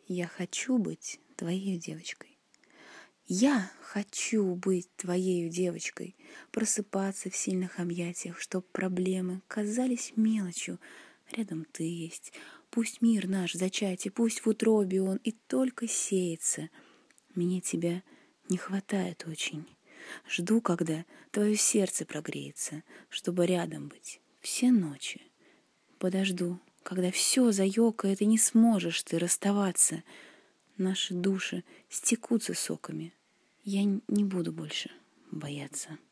Я хочу быть твоей девочкой. Я хочу быть твоею девочкой, просыпаться в сильных объятиях, чтоб проблемы казались мелочью. Рядом ты есть. Пусть мир наш в зачатии, пусть в утробе он и только сеется. Мне тебя не хватает очень. Жду, когда твое сердце прогреется, чтобы рядом быть все ночи. Подожду, когда все заёкает, и не сможешь ты расставаться. Наши души стекутся соками. Я не буду больше бояться.